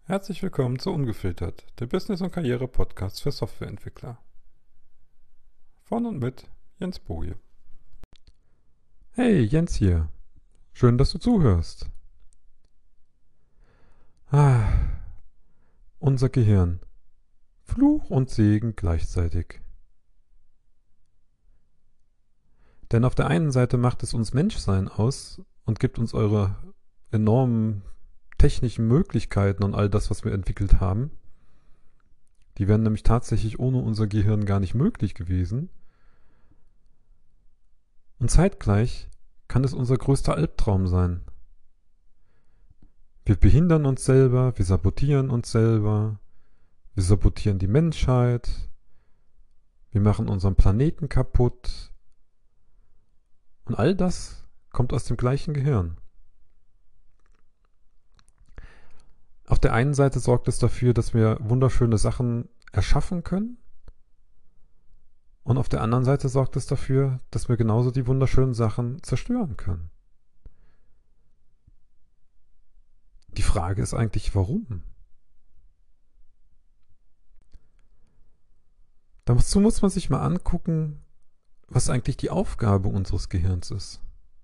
Herzlich willkommen zu Ungefiltert, der Business- und Karriere-Podcast für Softwareentwickler. Von und mit Jens Boje. Hey, Jens hier. Schön, dass du zuhörst. Ah, unser Gehirn. Fluch und Segen gleichzeitig. Denn auf der einen Seite macht es uns Menschsein aus und gibt uns eure enormen technischen Möglichkeiten und all das, was wir entwickelt haben. Die wären nämlich tatsächlich ohne unser Gehirn gar nicht möglich gewesen. Und zeitgleich kann es unser größter Albtraum sein. Wir behindern uns selber, wir sabotieren die Menschheit, wir machen unseren Planeten kaputt. Und all das kommt aus dem gleichen Gehirn. Auf der einen Seite sorgt es dafür, dass wir wunderschöne Sachen erschaffen können. Und auf der anderen Seite sorgt es dafür, dass wir genauso die wunderschönen Sachen zerstören können. Die Frage ist eigentlich, warum? Dazu muss man sich mal angucken, was eigentlich die Aufgabe unseres Gehirns ist.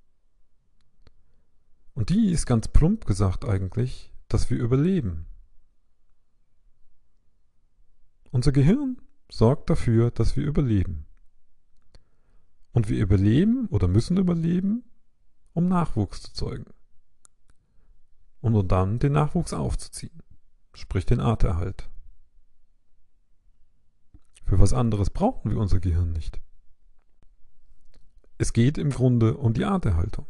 Und die ist ganz plump gesagt eigentlich, dass wir überleben. Unser Gehirn sorgt dafür, dass wir überleben. Und wir überleben oder müssen überleben, um Nachwuchs zu zeugen. Und um dann den Nachwuchs aufzuziehen, sprich den Arterhalt. Für was anderes brauchen wir unser Gehirn nicht. Es geht im Grunde um die Arterhaltung.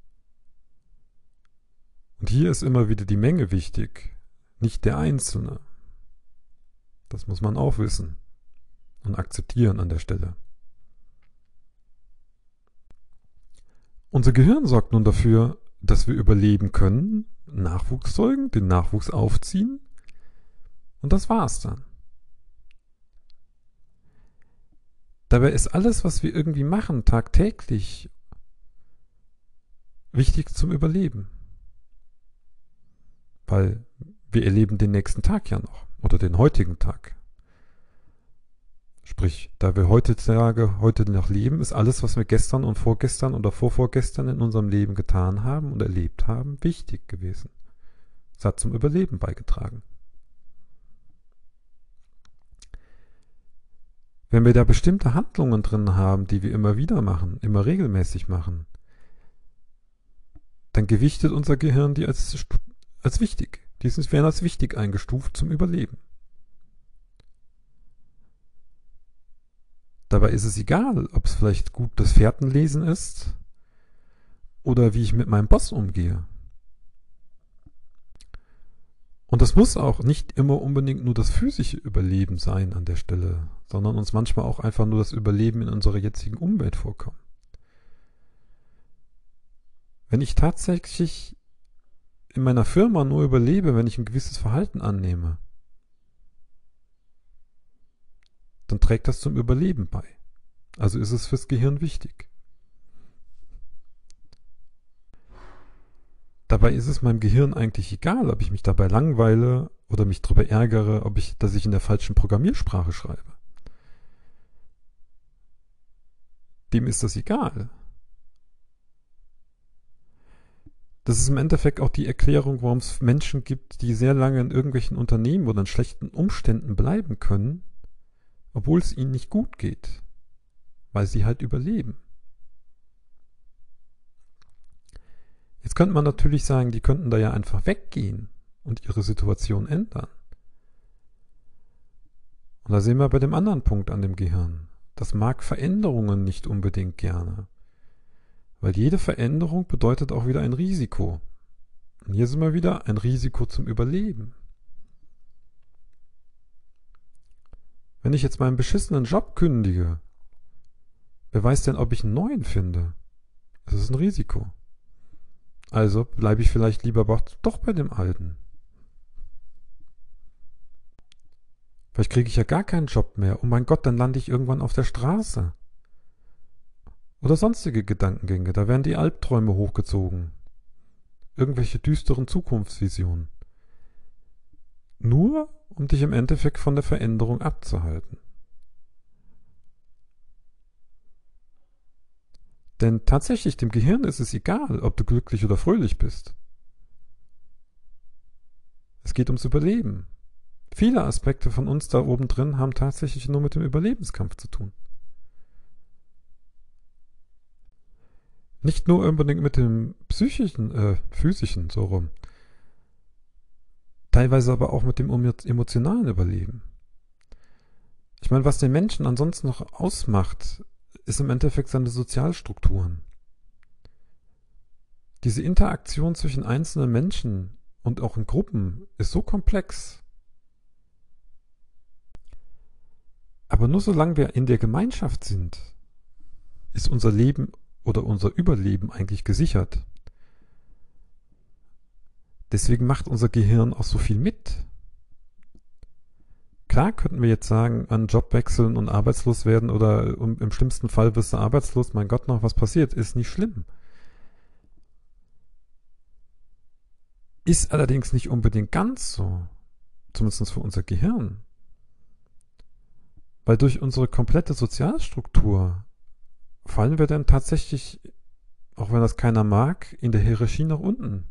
Und hier ist immer wieder die Menge wichtig, nicht der Einzelne. Das muss man auch wissen und akzeptieren an der Stelle. Unser Gehirn sorgt nun dafür, dass wir überleben können, Nachwuchs zeugen, den Nachwuchs aufziehen und das war's dann. Dabei ist alles, was wir irgendwie machen, tagtäglich, wichtig zum Überleben. Weil wir erleben den nächsten Tag ja noch oder den heutigen Tag. Sprich, da wir heute noch leben, ist alles, was wir gestern und vorgestern oder vorvorgestern in unserem Leben getan haben und erlebt haben, wichtig gewesen. Es hat zum Überleben beigetragen. Wenn wir da bestimmte Handlungen drin haben, die wir immer wieder machen, immer regelmäßig machen, dann gewichtet unser Gehirn die als wichtig. Die werden als wichtig eingestuft zum Überleben. Dabei ist es egal, ob es vielleicht gut das Fährtenlesen ist oder wie ich mit meinem Boss umgehe. Und das muss auch nicht immer unbedingt nur das physische Überleben sein an der Stelle, sondern uns manchmal auch einfach nur das Überleben in unserer jetzigen Umwelt vorkommen. Wenn ich tatsächlich in meiner Firma nur überlebe, wenn ich ein gewisses Verhalten annehme, dann trägt das zum Überleben bei. Also ist es fürs Gehirn wichtig. Dabei ist es meinem Gehirn eigentlich egal, ob ich mich dabei langweile oder mich darüber ärgere, dass ich in der falschen Programmiersprache schreibe. Dem ist das egal. Das ist im Endeffekt auch die Erklärung, warum es Menschen gibt, die sehr lange in irgendwelchen Unternehmen oder in schlechten Umständen bleiben können, obwohl es ihnen nicht gut geht, weil sie halt überleben. Jetzt könnte man natürlich sagen, die könnten da ja einfach weggehen und ihre Situation ändern. Und da sehen wir bei dem anderen Punkt an dem Gehirn. Das mag Veränderungen nicht unbedingt gerne. Weil jede Veränderung bedeutet auch wieder ein Risiko. Und hier sind wir wieder ein Risiko zum Überleben. Wenn ich jetzt meinen beschissenen Job kündige, wer weiß denn, ob ich einen neuen finde? Das ist ein Risiko. Also bleibe ich vielleicht lieber doch bei dem Alten. Vielleicht kriege ich ja gar keinen Job mehr. Oh mein Gott, dann lande ich irgendwann auf der Straße. Oder sonstige Gedankengänge, da werden die Albträume hochgezogen. Irgendwelche düsteren Zukunftsvisionen. nur, um dich im Endeffekt von der Veränderung abzuhalten. Denn tatsächlich, dem Gehirn ist es egal, ob du glücklich oder fröhlich bist. Es geht ums Überleben. Viele Aspekte von uns da oben drin haben tatsächlich nur mit dem Überlebenskampf zu tun. Nicht nur unbedingt mit dem physischen, so rum. Teilweise aber auch mit dem emotionalen Überleben. Ich meine, was den Menschen ansonsten noch ausmacht, ist im Endeffekt seine Sozialstrukturen. Diese Interaktion zwischen einzelnen Menschen und auch in Gruppen ist so komplex. Aber nur solange wir in der Gemeinschaft sind, ist unser Leben oder unser Überleben eigentlich gesichert. Deswegen macht unser Gehirn auch so viel mit. Klar könnten wir jetzt sagen, einen Job wechseln und arbeitslos werden oder im schlimmsten Fall wirst du arbeitslos, mein Gott, noch was passiert, ist nicht schlimm. Ist allerdings nicht unbedingt ganz so, zumindest für unser Gehirn. Weil durch unsere komplette Sozialstruktur fallen wir dann tatsächlich, auch wenn das keiner mag, in der Hierarchie nach unten.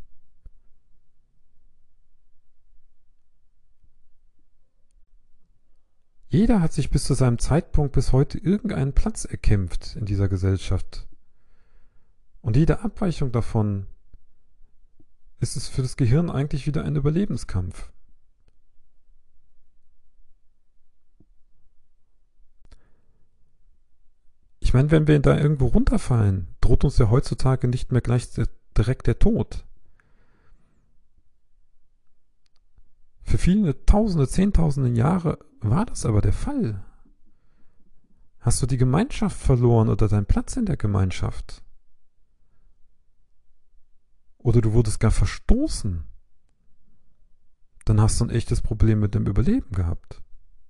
Jeder hat sich bis zu seinem Zeitpunkt bis heute irgendeinen Platz erkämpft in dieser Gesellschaft. Und jede Abweichung davon ist es für das Gehirn eigentlich wieder ein Überlebenskampf. Ich meine, wenn wir da irgendwo runterfallen, droht uns ja heutzutage nicht mehr gleich direkt der Tod. Für viele Tausende, Zehntausende Jahre war das aber der Fall. Hast du die Gemeinschaft verloren oder deinen Platz in der Gemeinschaft? Oder du wurdest gar verstoßen? Dann hast du ein echtes Problem mit dem Überleben gehabt.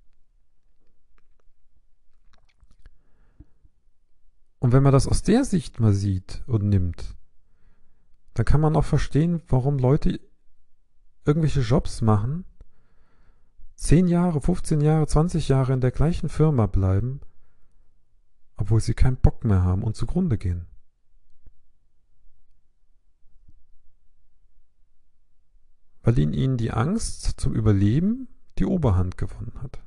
Und wenn man das aus der Sicht mal sieht und nimmt, dann kann man auch verstehen, warum Leute irgendwelche Jobs machen, 10 Jahre, 15 Jahre, 20 Jahre in der gleichen Firma bleiben, obwohl sie keinen Bock mehr haben und zugrunde gehen. Weil in ihnen die Angst zum Überleben die Oberhand gewonnen hat.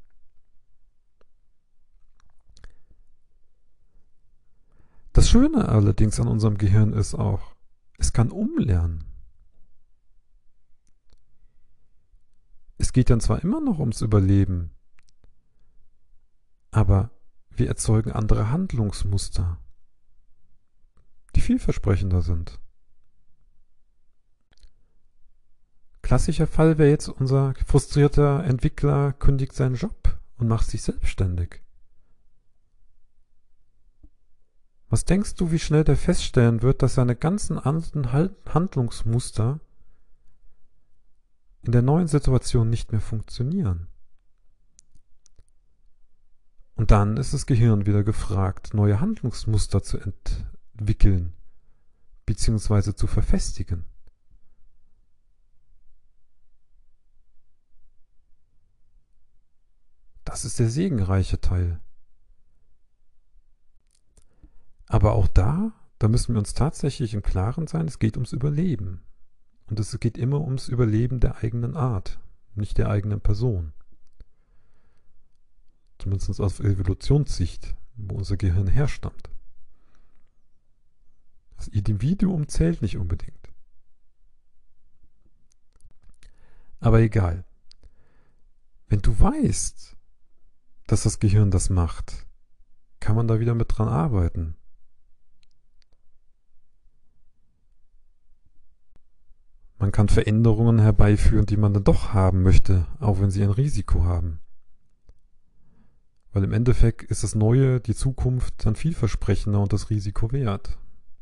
Das Schöne allerdings an unserem Gehirn ist auch, es kann umlernen. Es geht dann zwar immer noch ums Überleben, aber wir erzeugen andere Handlungsmuster, die vielversprechender sind. Klassischer Fall wäre jetzt unser frustrierter Entwickler kündigt seinen Job und macht sich selbstständig. Was denkst du, wie schnell der feststellen wird, dass seine ganzen alten Handlungsmuster in der neuen Situation nicht mehr funktionieren? Und dann ist das Gehirn wieder gefragt, neue Handlungsmuster zu entwickeln bzw. zu verfestigen. Das ist der segenreiche Teil. Aber auch da müssen wir uns tatsächlich im Klaren sein, es geht ums Überleben. Und es geht immer ums Überleben der eigenen Art, nicht der eigenen Person. Zumindest aus Evolutionssicht, wo unser Gehirn herstammt. Das Individuum zählt nicht unbedingt. Aber egal. Wenn du weißt, dass das Gehirn das macht, kann man da wieder mit dran arbeiten. Man kann Veränderungen herbeiführen, die man dann doch haben möchte, auch wenn sie ein Risiko haben. Weil im Endeffekt ist das Neue, die Zukunft, dann vielversprechender und das Risiko wert.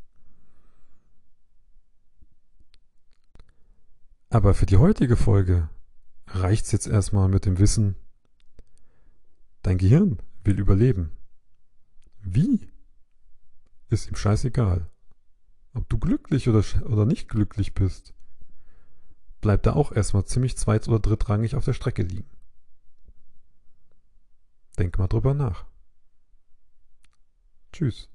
Aber für die heutige Folge reicht es jetzt erstmal mit dem Wissen, dein Gehirn will überleben. Wie? Ist ihm scheißegal. Ob du glücklich oder nicht glücklich bist. bleibt er auch erstmal ziemlich zweit- oder drittrangig auf der Strecke liegen. Denk mal drüber nach. Tschüss.